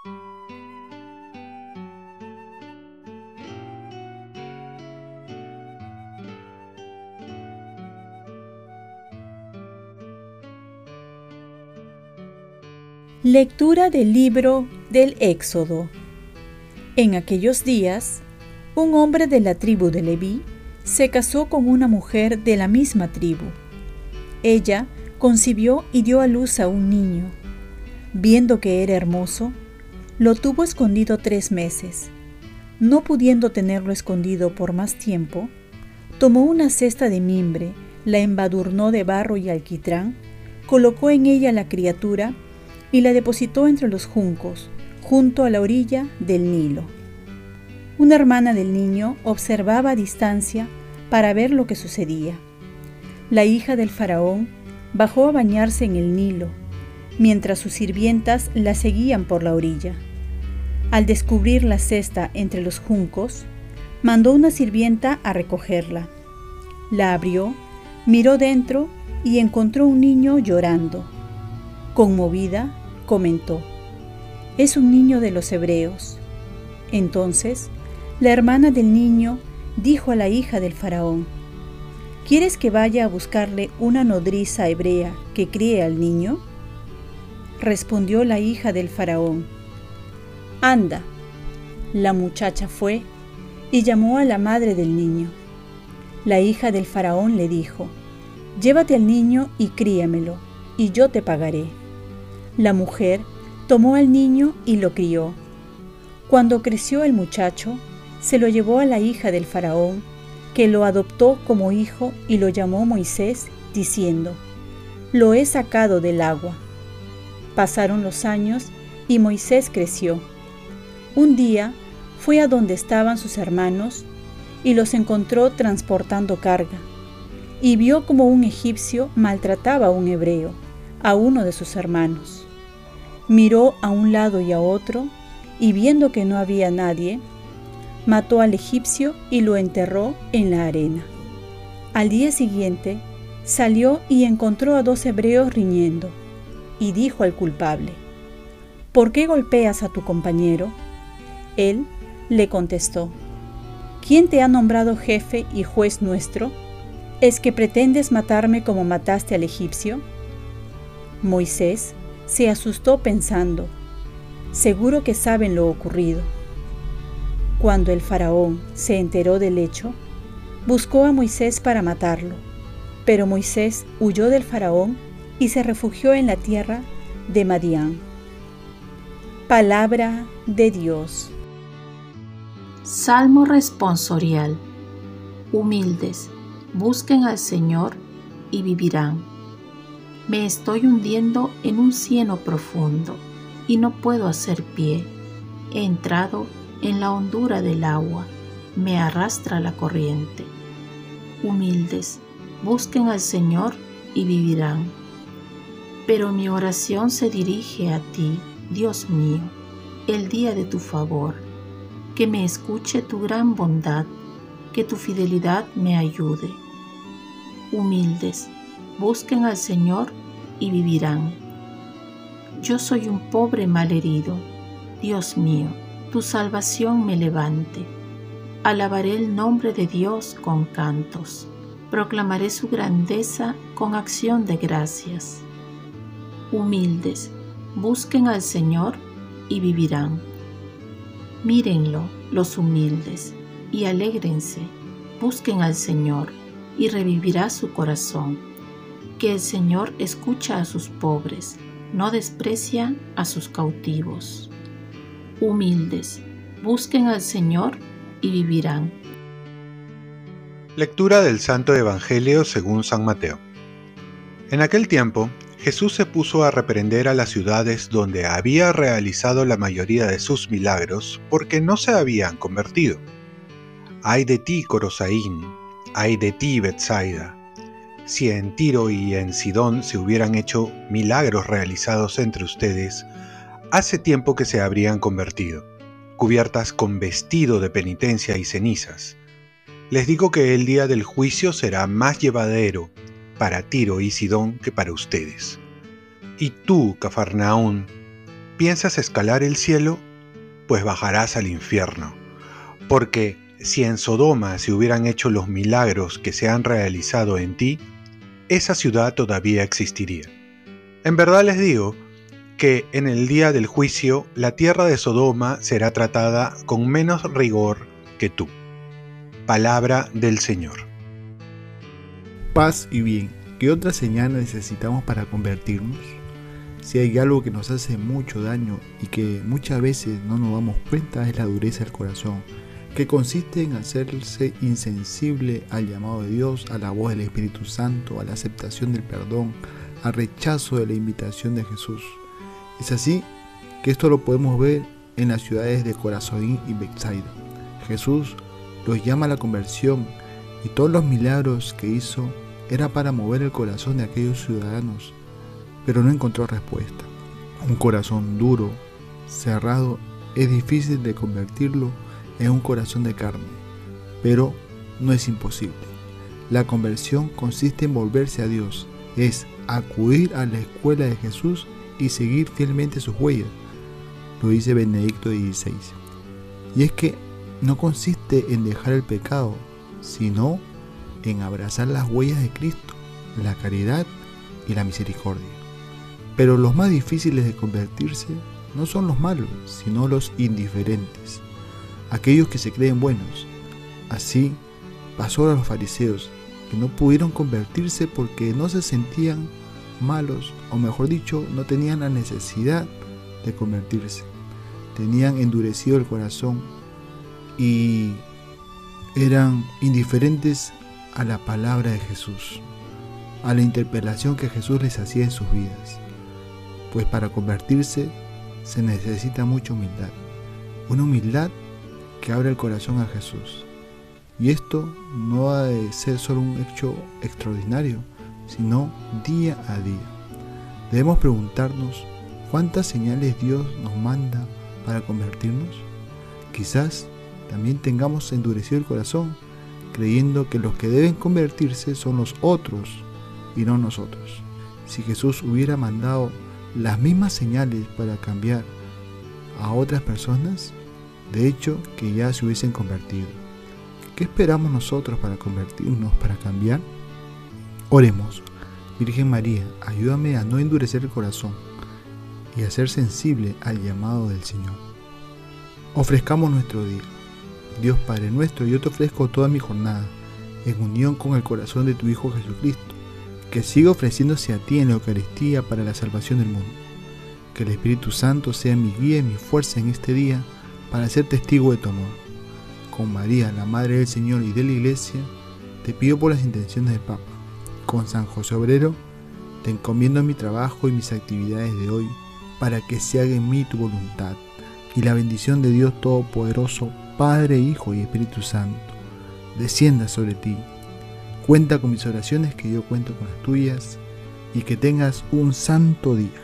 Lectura del libro del Éxodo. En aquellos días, un hombre de la tribu de Leví se casó con una mujer de la misma tribu. Ella concibió y dio a luz a un niño. Viendo que era hermoso, lo tuvo escondido 3 meses. No pudiendo tenerlo escondido por más tiempo, tomó una cesta de mimbre, la embadurnó de barro y alquitrán, colocó en ella la criatura y la depositó entre los juncos, junto a la orilla del Nilo. Una hermana del niño observaba a distancia para ver lo que sucedía. La hija del faraón bajó a bañarse en el Nilo, mientras sus sirvientas la seguían por la orilla. Al descubrir la cesta entre los juncos, mandó una sirvienta a recogerla. La abrió, miró dentro y encontró un niño llorando. Conmovida, comentó: «Es un niño de los hebreos». Entonces, la hermana del niño dijo a la hija del faraón: «¿Quieres que vaya a buscarle una nodriza hebrea que críe al niño?». Respondió la hija del faraón: «Anda». La muchacha fue y llamó a la madre del niño. La hija del faraón le dijo: «Llévate al niño y críamelo, y yo te pagaré». La mujer tomó al niño y lo crió. Cuando creció el muchacho, se lo llevó a la hija del faraón, que lo adoptó como hijo y lo llamó Moisés, diciendo: «Lo he sacado del agua». Pasaron los años y Moisés creció. Un día fue a donde estaban sus hermanos y los encontró transportando carga, y vio como un egipcio maltrataba a un hebreo, a uno de sus hermanos. Miró a un lado y a otro, y viendo que no había nadie, mató al egipcio y lo enterró en la arena. Al día siguiente, salió y encontró a 2 hebreos riñendo, y dijo al culpable: «¿Por qué golpeas a tu compañero?». Él le contestó: «¿Quién te ha nombrado jefe y juez nuestro? ¿Es que pretendes matarme como mataste al egipcio?». Moisés se asustó pensando: «Seguro que saben lo ocurrido». Cuando el faraón se enteró del hecho, buscó a Moisés para matarlo, pero Moisés huyó del faraón y se refugió en la tierra de Madián. Palabra de Dios. Salmo responsorial. Humildes, busquen al Señor y vivirán. Me estoy hundiendo en un cieno profundo y no puedo hacer pie. He entrado en la hondura del agua, me arrastra la corriente. Humildes, busquen al Señor y vivirán. Pero mi oración se dirige a ti, Dios mío, el día de tu favor. Que me escuche tu gran bondad, que tu fidelidad me ayude. Humildes, busquen al Señor y vivirán. Yo soy un pobre malherido. Dios mío, tu salvación me levante. Alabaré el nombre de Dios con cantos. Proclamaré su grandeza con acción de gracias. Humildes, busquen al Señor y vivirán. Mírenlo los humildes y alégrense. Busquen al Señor y revivirá su corazón. Que el Señor escucha a sus pobres, no desprecia a sus cautivos. Humildes, busquen al Señor y vivirán. Lectura del Santo Evangelio según San Mateo. En aquel tiempo, Jesús se puso a reprender a las ciudades donde había realizado la mayoría de sus milagros porque no se habían convertido. ¡Ay de ti, Corosaín! ¡Ay de ti, Betsaida! Si en Tiro y en Sidón se hubieran hecho milagros realizados entre ustedes, hace tiempo que se habrían convertido, cubiertas con vestido de penitencia y cenizas. Les digo que el día del juicio será más llevadero para Tiro y Sidón que para ustedes. Y tú, Cafarnaún, ¿Piensas escalar el cielo? Pues bajarás al infierno. Porque si en Sodoma se hubieran hecho los milagros que se han realizado en ti, esa ciudad todavía existiría. En verdad les digo que en el día del juicio la tierra de Sodoma será tratada con menos rigor que tú. Palabra del Señor. Paz y bien. ¿Qué otra señal necesitamos para convertirnos? Si hay algo que nos hace mucho daño y que muchas veces no nos damos cuenta, es la dureza del corazón, que consiste en hacerse insensible al llamado de Dios, a la voz del Espíritu Santo, a la aceptación del perdón, al rechazo de la invitación de Jesús. Es así que esto lo podemos ver en las ciudades de Corazín y Betsaida. Jesús los llama a la conversión y todos los milagros que hizo era para mover el corazón de aquellos ciudadanos, pero no encontró respuesta. Un corazón duro, cerrado, es difícil de convertirlo en un corazón de carne, pero no es imposible. La conversión consiste en volverse a Dios, es acudir a la escuela de Jesús y seguir fielmente sus huellas, lo dice Benedicto XVI. Y es que no consiste en dejar el pecado, sino en abrazar las huellas de Cristo, la caridad y la misericordia. Pero los más difíciles de convertirse no son los malos, sino los indiferentes, aquellos que se creen buenos. Así pasó a los fariseos, que no pudieron convertirse porque no se sentían malos, o mejor dicho, no tenían la necesidad de convertirse. Tenían endurecido el corazón y eran indiferentes a la palabra de Jesús, a la interpelación que Jesús les hacía en sus vidas. Pues para convertirse se necesita mucha humildad, una humildad que abre el corazón a Jesús. Y esto no ha de ser solo un hecho extraordinario, sino día a día. Debemos preguntarnos cuántas señales Dios nos manda para convertirnos. Quizás también tengamos endurecido el corazón, creyendo que los que deben convertirse son los otros y no nosotros. Si Jesús hubiera mandado las mismas señales para cambiar a otras personas, de hecho que ya se hubiesen convertido. ¿Qué esperamos nosotros para convertirnos, para cambiar? Oremos. Virgen María, ayúdame a no endurecer el corazón y a ser sensible al llamado del Señor. Ofrezcamos nuestro día. Dios Padre nuestro, yo te ofrezco toda mi jornada en unión con el corazón de tu Hijo Jesucristo, que siga ofreciéndose a ti en la Eucaristía para la salvación del mundo. Que el Espíritu Santo sea mi guía y mi fuerza en este día para ser testigo de tu amor. Con María, la Madre del Señor y de la Iglesia, te pido por las intenciones del Papa. Con San José Obrero, te encomiendo mi trabajo y mis actividades de hoy, para que se haga en mí tu voluntad, y la bendición de Dios Todopoderoso, Padre, Hijo y Espíritu Santo, descienda sobre ti. Cuenta con mis oraciones, que yo cuento con las tuyas, y que tengas un santo día.